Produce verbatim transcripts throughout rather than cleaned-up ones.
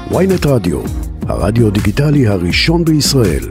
וויינט רדיו, הרדיו דיגיטלי הראשון בישראל.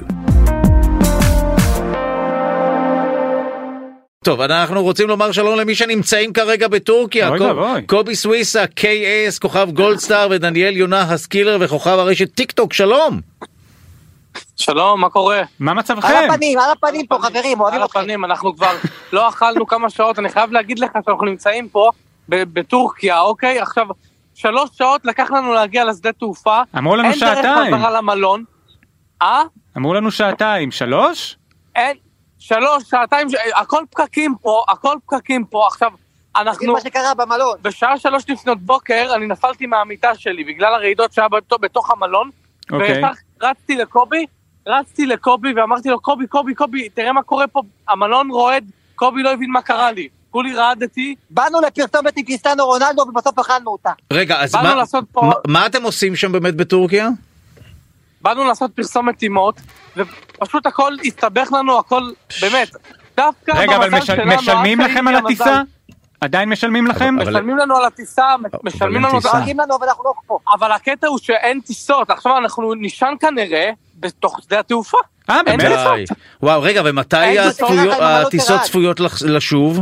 טוב, אנחנו רוצים לומר שלום למי שנמצאים כרגע בטורקיה. קובי סוויסה, קיי אס, כוכב גולדסטאר, ודניאל יונה הסקילר וכוכב הרשת טיק טוק. שלום. שלום, מה קורה? מה מצבכם? על הפנים, על הפנים פה חברים, על הפנים, אנחנו כבר לא אכלנו כמה שעות, אני חייב להגיד לך שאנחנו נמצאים פה בטורקיה, אוקיי? עכשיו, שלוש שעות לקח לנו להגיע לשדה תעופה. אמרו לנו שעתיים. אין דרך חזרה למלון. אה? אמרו לנו שעתיים, שלוש? אין, שלוש, שעתיים, הכל פקקים פה, הכל פקקים פה. עכשיו, אנחנו... זה מה שקרה במלון. בשעה שלוש לפנות בוקר, אני נפלתי מהמיטה שלי, בגלל הרעידות שהיה בתוך המלון. אוקיי. ורצתי לקובי, רצתי לקובי ואמרתי לו, קובי, קובי, קובי, תראה מה קורה פה, המלון רועד, קובי לא הבין מה קרה לי. כולי רעדתי. באנו לפרסומת עם קריסטיאנו רונלדו ובסוף אכלנו אותה. רגע, אז מה, פה... מה, מה אתם עושים שם באמת בטורקיה? באנו לעשות פרסומת אימות, ופשוט הכל הסתבך לנו, הכל באמת. דווקא רגע, אבל משל, משלמים לכם על הטיסה? עדיין משלמים לכם? אבל... משלמים לנו על הטיסה, משלמים לנו... משלמים לנו, אבל אנחנו לא פה. אבל הקטע הוא שאין טיסות, עכשיו אנחנו נשען כנראה בתוך שדה התעופה. אה, באמת? וואו, רגע, ומתי הטיסות צפויות לשוב?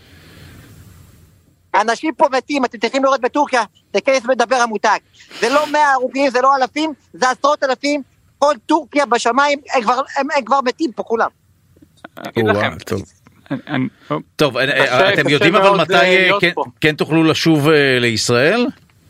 אנשים פה מתים, אתם צריכים לראות בטורקיה, זה כנס מדבר המותג. זה לא מאה הרוגים, זה לא אלפים, זה עשרות אלפים, כל טורקיה בשמיים, הם כבר, הם, הם כבר מתים פה כולם. אגיד לכם. טוב, אתם יודעים אבל מתי כן תוכלו לשוב לישראל?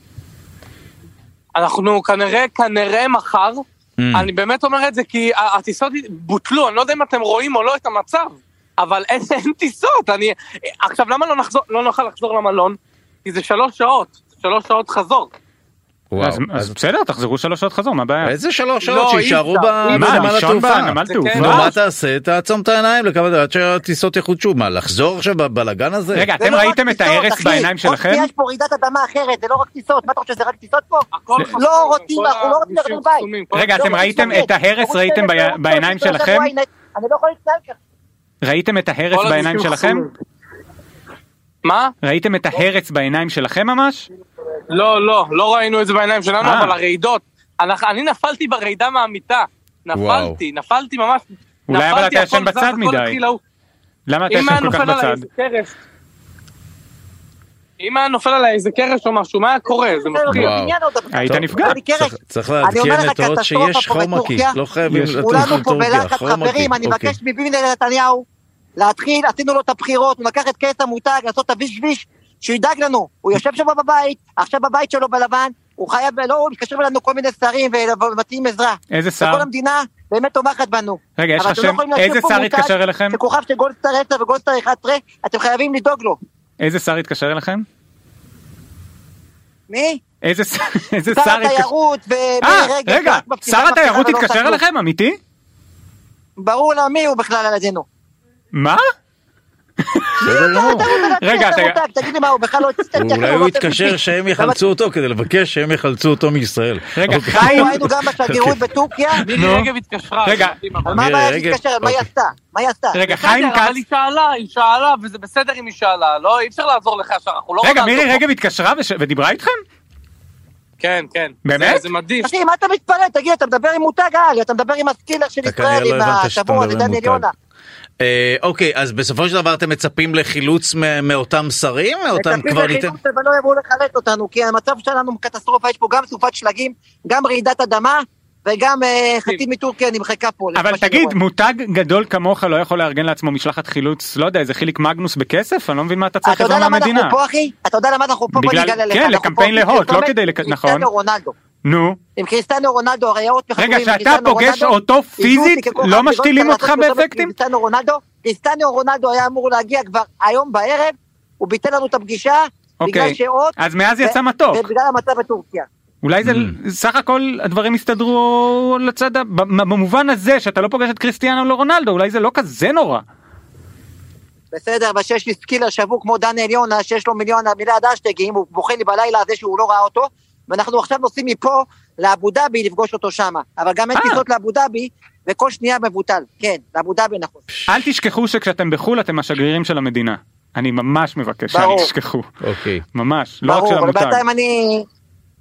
אנחנו כנראה, כנראה מחר, אני באמת אומר את זה כי הטיסות בוטלו, אני לא יודע אם אתם רואים או לא את המצב. אבל אין, אין טיסות, אני... עכשיו, למה לא, נחזור, לא נוכל לחזור למלון? כי זה שלוש שעות, שלוש שעות חזור. וואו, אז, אז בסדר, תחזרו שלוש שעות חזור, מה הבעיה? איזה שלוש שעות? לא, שישארו בנמל התעופה. נו, מה תעשה? תעצום את העיניים לכמה עד שהטיסות יחודשו. מה, לחזור עכשיו בבלגן הזה? רגע, אתם ראיתם את ההרס בעיניים שלכם? יש פה רעידת אדמה אחרת, זה לא רק טיסות, מה אתה חושב, זה רק טיסות פה? לא רוצים, אנחנו לא רוצים לראות בית. רגע, אתם ראיתם את ההרס, ראיתם בעיניים שלכם? אני לא יכול להתנהל ככה. ראיתם את ההרס בעיניים שלכם? מה? ראיתם את ההרס בעיניים שלכם ממש? לא, לא, לא ראינו את זה בעיניים שלנו, אבל הרעידות. אני נפלתי ברעידה מהמיטה. נפלתי, נפלתי ממש. אולי אבל אתה ישן בצד מדי. למה אתה ישן כל כך בצד? אם היה נופל עליי איזה קרש או משהו, מה היה קורה? זה מפחיד. היית נפגע. צריך לעדכן את עוד שיש חומקי, לא חייבים לטוס לטורקיה. כולנו פה בלחץ חברים, אני מבקש מביבי נתניהו להתחיל, עשינו לו את הבחירות, הוא לקח את כס המותג, לעשות את הביש-ביש, שידאג לנו. הוא יושב שם בבית, עכשיו בבית שלו בלבן, הוא חייב, לא, הוא מתקשר לנו כל מיני שרים ומציעים עזרה. איזה שר? וכל המדינה באמת תומכת בנו. רגע, יש לך שם, איזה שר יתקשר אליכם? שכוכב של גולדסטאר עשר וגולדסטאר אחד עשרה, אתם חייבים לדאוג לו. איזה שר יתקשר אליכם? מי? איזה שר יתקשר? שר התיירות ו... אה, רגע, שר התיירות יתקשר אליכם, אמיתי? ברור לה מי הוא בכלל על ידינו. מה? רגע, תגיד לי מה הוא בכלל לא... אולי הוא יתקשר שהם יחלצו אותו כדי לבקש שהם יחלצו אותו מישראל. רגע, חיים... היינו גם בשגרירות בטורקיה. מירי רגב התקשרה. רגע, מה הבעיה להתקשר? מה היא עשתה? מה היא עשתה? רגע, חיים כץ... אבל היא שאלה, היא שאלה, וזה בסדר אם היא שאלה. לא, אי אפשר לעזור לך עכשיו, אנחנו לא... רגע, מירי רגב התקשרה ודיברה איתכם? כן, כן. באמת? זה מדהים. אחי, מה אתה מתפלא? תגיד, אתה מדבר עם מותג העל, אתה מדבר עם הסקילר של ישראל, עם השבוע, זה דניאל יונה. אוקיי, אז בסופו של דבר אתם מצפים לחילוץ מאותם שרים? מצפים לחילוץ, אבל לא יבואו לחלט אותנו, כי המצב שלנו קטסטרופה, יש פה גם סופת שלגים, גם רעידת אדמה, וגם חצי מטורקיה נמחקה פה. אבל תגיד, מותג גדול כמוך לא יכול לארגן לעצמו משלחת חילוץ, לא יודע, איזה חיליק מגנוס בכסף? אני לא מבין מה אתה צריך לבוא מהמדינה. אתה יודע למה אנחנו פה, אחי? אתה יודע למה אנחנו פה? כן, לקמפיין להוט, לא כדי... נכון. נו. עם קריסטיאנו רונלדו, הרי האות רגע, שאתה פוגש אותו פיזית, לא משתילים אותך באפקטים? קריסטיאנו רונלדו היה אמור להגיע כבר היום בערב, הוא ביטל לנו את הפגישה, בגלל שעות... אז מאז יצא מתוק. ובגלל המצב בטורקיה. אולי זה, סך הכל הדברים הסתדרו לצד, במובן הזה שאתה לא פוגש את קריסטיאנו רונלדו, אולי זה לא כזה נורא. בסדר, אבל שיש לי סקילר שבוק כמו דניאל יונה, שיש לו מיליון מיליארד אשטגים, הוא בוכה לי בלילה הזה שהוא לא ראה אותו, ואנחנו עכשיו נוסעים מפה לאבו דאבי לפגוש אותו שמה, אבל גם אין טיסות לאבו דאבי, וכל שנייה מבוטל, כן, לאבו דאבי נכון. אל תשכחו שכשאתם בחול אתם השגרירים של המדינה, אני ממש מבקש שאל תשכחו. אוקיי. ממש, לא רק של המותג. ברור, אבל בינתיים אני...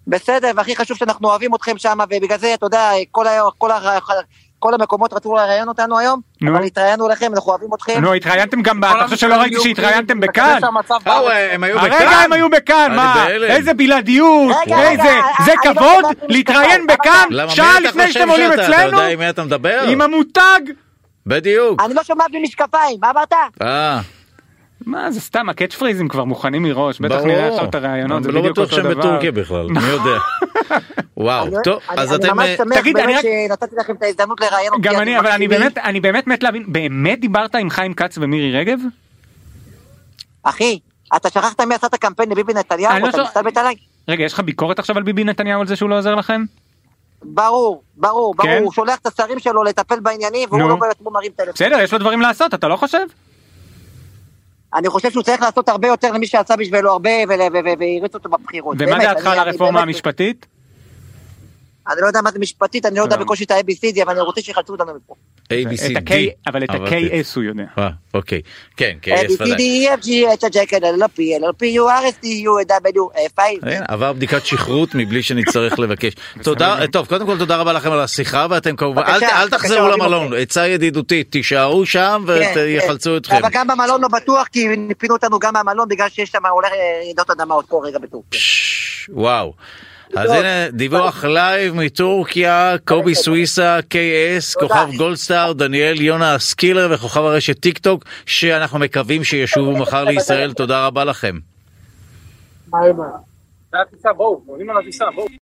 בסדר, והכי חשוב שאנחנו אוהבים אתכם שם, ובגלל זה, אתה יודע, כל, כל, כל המקומות רצו לראיין אותנו היום, אבל התראיינו לכם, אנחנו אוהבים אתכם. נו, התראיינתם גם בה, אתה חושב שלא ראיתי שהתראיינתם בכאן? הם היו בכאן? הרגע הם היו בכאן, מה? איזה בלעדיות, איזה, זה כבוד, להתראיין בכאן, שעה לפני שאתם עולים אצלנו? אתה יודע עם מי אתה מדבר? עם המותג? בדיוק. אני לא שומע במשקפיים, מה אמרת? אה. מה זה סתם, הקאץ' פריזים כבר מוכנים מראש, בטח נראה עכשיו את הרעיונות, זה בדיוק אותו דבר. לא בטוח שהם בטורקיה בכלל, מי יודע. וואו, טוב, אז אתם... אני ממש שמח באמת שנתתי לכם את ההזדמנות לראיין אותי. גם אני, אבל אני באמת מת להבין, באמת דיברת עם חיים כץ ומירי רגב? אחי, אתה שכחת מי עשה את הקמפיין לביבי נתניהו, אתה מסתלבט עליי? רגע, יש לך ביקורת עכשיו על ביבי נתניהו על זה שהוא לא עוזר לכם? ברור, ברור, ברור, הוא שולח את השרים שלו לטפל בעניינים, והוא לא בעצמו מרים טלפון. בסדר, יש לו דברים לעשות, אתה לא חושב? אני חושב שהוא צריך לעשות הרבה יותר למי שעשה בשבילו הרבה והריץ אותו בבחירות. ומה דעתך על הרפורמה המשפטית? אני לא יודע מה זה משפטית, אני לא יודע בקושי את ה-איי בי סי די, אבל אני רוצה שיחלצו אותנו מפה. איי בי סי די. אבל את ה-קי אס הוא יודע. אה, אוקיי. כן, קי איי אס בי סי די, F, G, H, J, K, L, P, L, P, U, R, S, T, U, W, F, I. עבר בדיקת שחרות מבלי שנצטרך לבקש. תודה, טוב, קודם כל תודה רבה לכם על השיחה, ואתם כמובן, אל תחזרו למלון, עצה ידידותית, תישארו שם ויחלצו אתכם. אבל גם במלון לא בטוח, כי פינו אותנו גם מהמלון, בגלל שיש שם אולי רעידות אדמה עוד כל רגע בטורקיה. וואו. אז הנה דיווח לייב מטורקיה, קובי סוויסה, קיי אס, כוכב גולדסטאר, דניאל יונה סקילר וכוכב הרשת טיק טוק, שאנחנו מקווים שישובו מחר לישראל. תודה רבה לכם. ביי ביי. זה הטיסה, בואו, עולים על הטיסה, בואו.